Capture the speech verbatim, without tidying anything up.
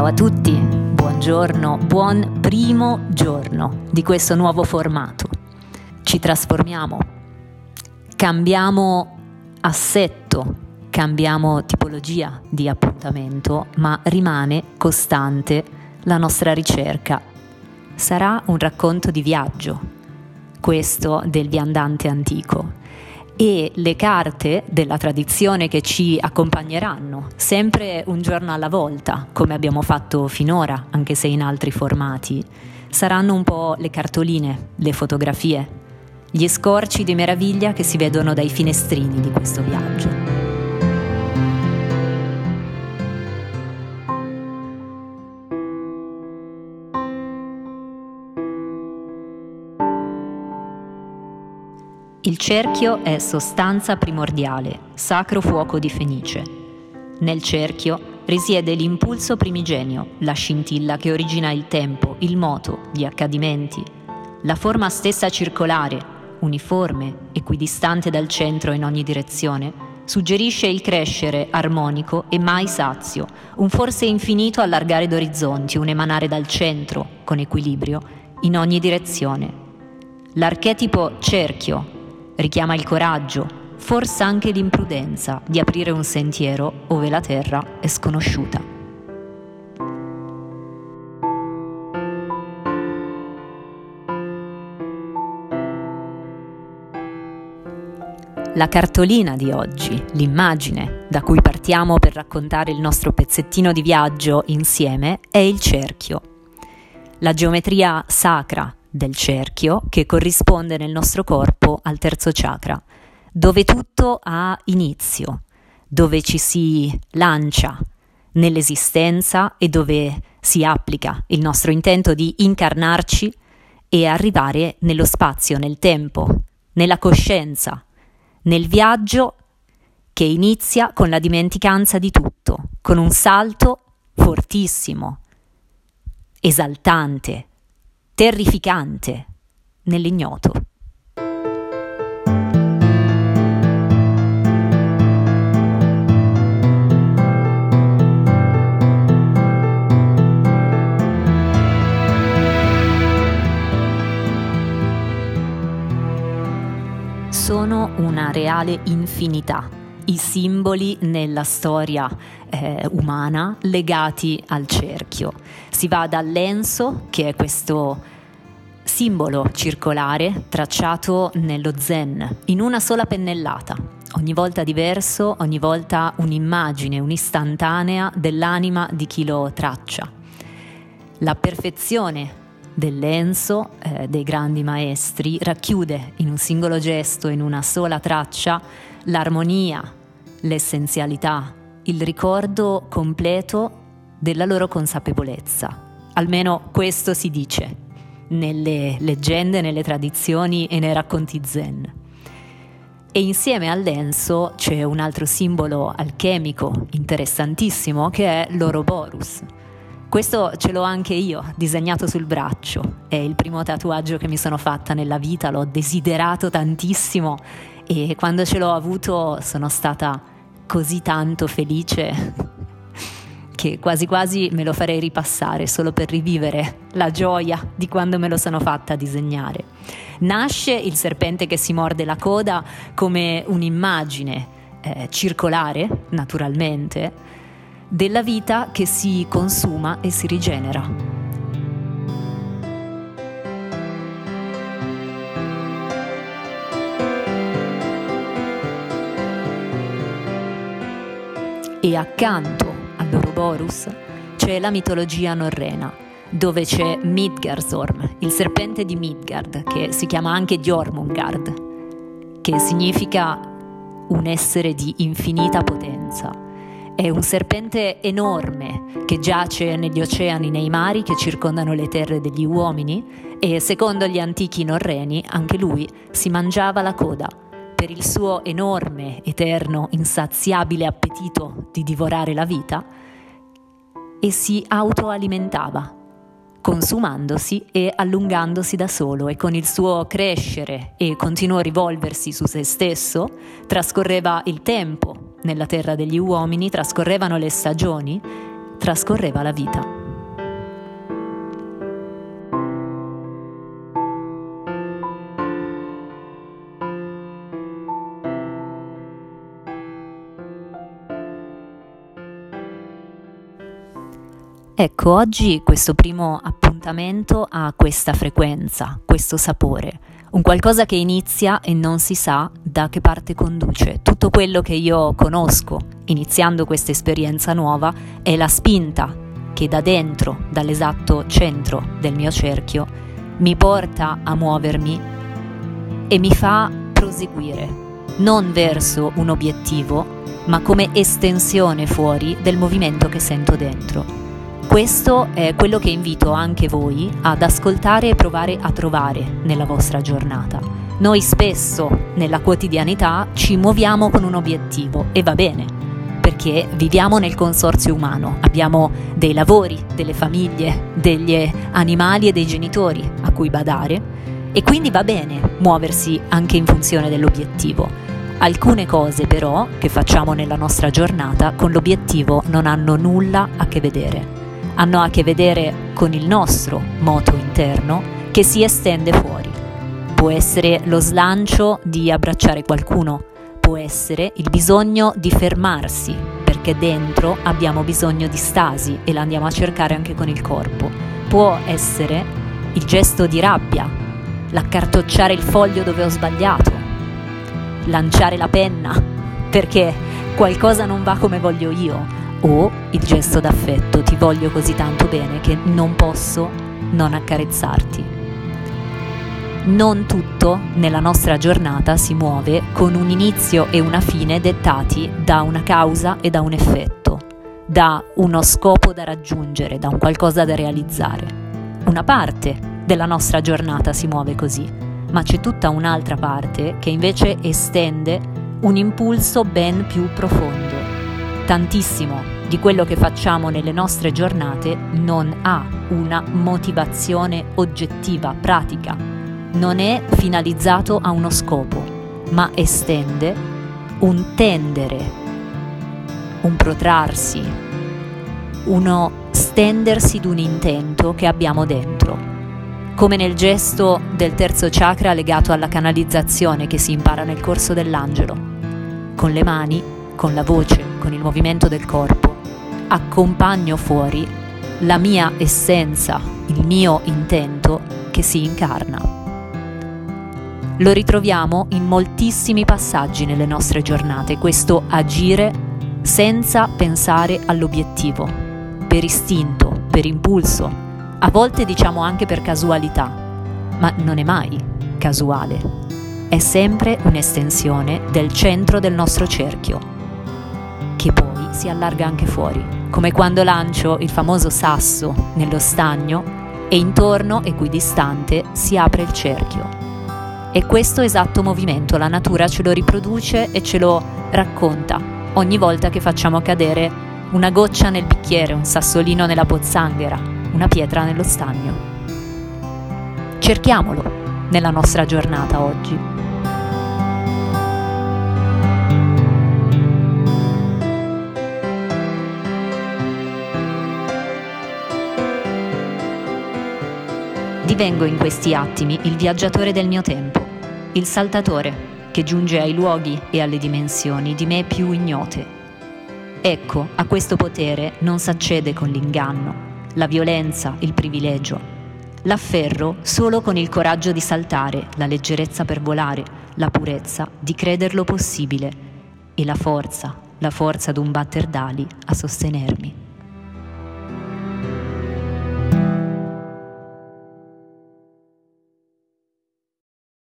a tutti, buongiorno, buon primo giorno di questo nuovo formato. Ci trasformiamo, cambiamo assetto, cambiamo tipologia di appuntamento, ma rimane costante la nostra ricerca. Sarà un racconto di viaggio, questo del viandante antico, e le carte della tradizione che ci accompagneranno, sempre un giorno alla volta, come abbiamo fatto finora, anche se in altri formati, saranno un po' le cartoline, le fotografie, gli scorci di meraviglia che si vedono dai finestrini di questo viaggio. Il cerchio è sostanza primordiale, sacro fuoco di Fenice. Nel cerchio risiede l'impulso primigenio, la scintilla che origina il tempo, il moto, gli accadimenti. La forma stessa circolare, uniforme, equidistante dal centro in ogni direzione, suggerisce il crescere armonico e mai sazio, un forse infinito allargare d'orizzonti, un emanare dal centro, con equilibrio, in ogni direzione. L'archetipo cerchio richiama il coraggio, forse anche l'imprudenza di aprire un sentiero ove la terra è sconosciuta. La cartolina di oggi, l'immagine da cui partiamo per raccontare il nostro pezzettino di viaggio insieme, è il cerchio. La geometria sacra del cerchio che corrisponde nel nostro corpo al terzo chakra, dove tutto ha inizio, dove ci si lancia nell'esistenza e dove si applica il nostro intento di incarnarci e arrivare nello spazio, nel tempo, nella coscienza, nel viaggio che inizia con la dimenticanza di tutto, con un salto fortissimo, esaltante, terrificante nell'ignoto. Sono una reale infinità i simboli nella storia eh, umana legati al cerchio. Si va dall'enso, che è questo simbolo circolare tracciato nello zen, in una sola pennellata, ogni volta diverso, ogni volta un'immagine, un'istantanea dell'anima di chi lo traccia. La perfezione dell'enso, eh, dei grandi maestri, racchiude in un singolo gesto, in una sola traccia, l'armonia, l'essenzialità, il ricordo completo della loro consapevolezza. Almeno questo si dice nelle leggende, nelle tradizioni e nei racconti zen. E insieme all'enso c'è un altro simbolo alchemico interessantissimo che è l'Ouroboros. Questo ce l'ho anche io, disegnato sul braccio. È il primo tatuaggio che mi sono fatta nella vita, l'ho desiderato tantissimo e quando ce l'ho avuto sono stata così tanto felice che quasi quasi me lo farei ripassare solo per rivivere la gioia di quando me lo sono fatta disegnare. Nasce il serpente che si morde la coda come un'immagine eh, circolare, naturalmente, della vita che si consuma e si rigenera. E accanto all'Ouroboros c'è la mitologia norrena, dove c'è Midgardsorm, il serpente di Midgard, che si chiama anche Jormungand, che significa un essere di infinita potenza. È un serpente enorme che giace negli oceani, nei mari che circondano le terre degli uomini e, secondo gli antichi norreni, anche lui si mangiava la coda per il suo enorme, eterno, insaziabile appetito di divorare la vita e si autoalimentava, consumandosi e allungandosi da solo, e con il suo crescere e continuo rivolversi su se stesso trascorreva il tempo nella terra degli uomini, trascorrevano le stagioni, trascorreva la vita. Ecco, oggi questo primo appuntamento ha questa frequenza, questo sapore, un qualcosa che inizia e non si sa da che parte conduce. Tutto quello che io conosco, iniziando questa esperienza nuova, è la spinta che da dentro, dall'esatto centro del mio cerchio, mi porta a muovermi e mi fa proseguire, non verso un obiettivo, ma come estensione fuori del movimento che sento dentro. Questo è quello che invito anche voi ad ascoltare e provare a trovare nella vostra giornata. Noi spesso nella quotidianità ci muoviamo con un obiettivo e va bene, perché viviamo nel consorzio umano, abbiamo dei lavori, delle famiglie, degli animali e dei genitori a cui badare e quindi va bene muoversi anche in funzione dell'obiettivo. Alcune cose però che facciamo nella nostra giornata con l'obiettivo non hanno nulla a che vedere. Hanno a che vedere con il nostro moto interno che si estende fuori. Può essere lo slancio di abbracciare qualcuno, può essere il bisogno di fermarsi, perché dentro abbiamo bisogno di stasi e la andiamo a cercare anche con il corpo. Può essere il gesto di rabbia, l'accartocciare il foglio dove ho sbagliato, lanciare la penna, perché qualcosa non va come voglio io. O il gesto d'affetto, ti voglio così tanto bene che non posso non accarezzarti. Non tutto nella nostra giornata si muove con un inizio e una fine dettati da una causa e da un effetto, da uno scopo da raggiungere, da un qualcosa da realizzare. Una parte della nostra giornata si muove così, ma c'è tutta un'altra parte che invece estende un impulso ben più profondo. Tantissimo di quello che facciamo nelle nostre giornate non ha una motivazione oggettiva, pratica, non è finalizzato a uno scopo, ma estende un tendere, un protrarsi, uno stendersi di un intento che abbiamo dentro, come nel gesto del terzo chakra legato alla canalizzazione che si impara nel corso dell'angelo, con le mani, con la voce, con il movimento del corpo, accompagno fuori la mia essenza, il mio intento che si incarna. Lo ritroviamo in moltissimi passaggi nelle nostre giornate, questo agire senza pensare all'obiettivo, per istinto, per impulso, a volte diciamo anche per casualità, ma non è mai casuale, è sempre un'estensione del centro del nostro cerchio, che poi si allarga anche fuori, come quando lancio il famoso sasso nello stagno e intorno, equidistante, si apre il cerchio. E questo esatto movimento la natura ce lo riproduce e ce lo racconta ogni volta che facciamo cadere una goccia nel bicchiere, un sassolino nella pozzanghera, una pietra nello stagno. Cerchiamolo nella nostra giornata oggi. Divengo in questi attimi il viaggiatore del mio tempo, il saltatore che giunge ai luoghi e alle dimensioni di me più ignote. Ecco, a questo potere non s'accede con l'inganno, la violenza, il privilegio. L'afferro solo con il coraggio di saltare, la leggerezza per volare, la purezza di crederlo possibile e la forza, la forza d'un batter d'ali a sostenermi.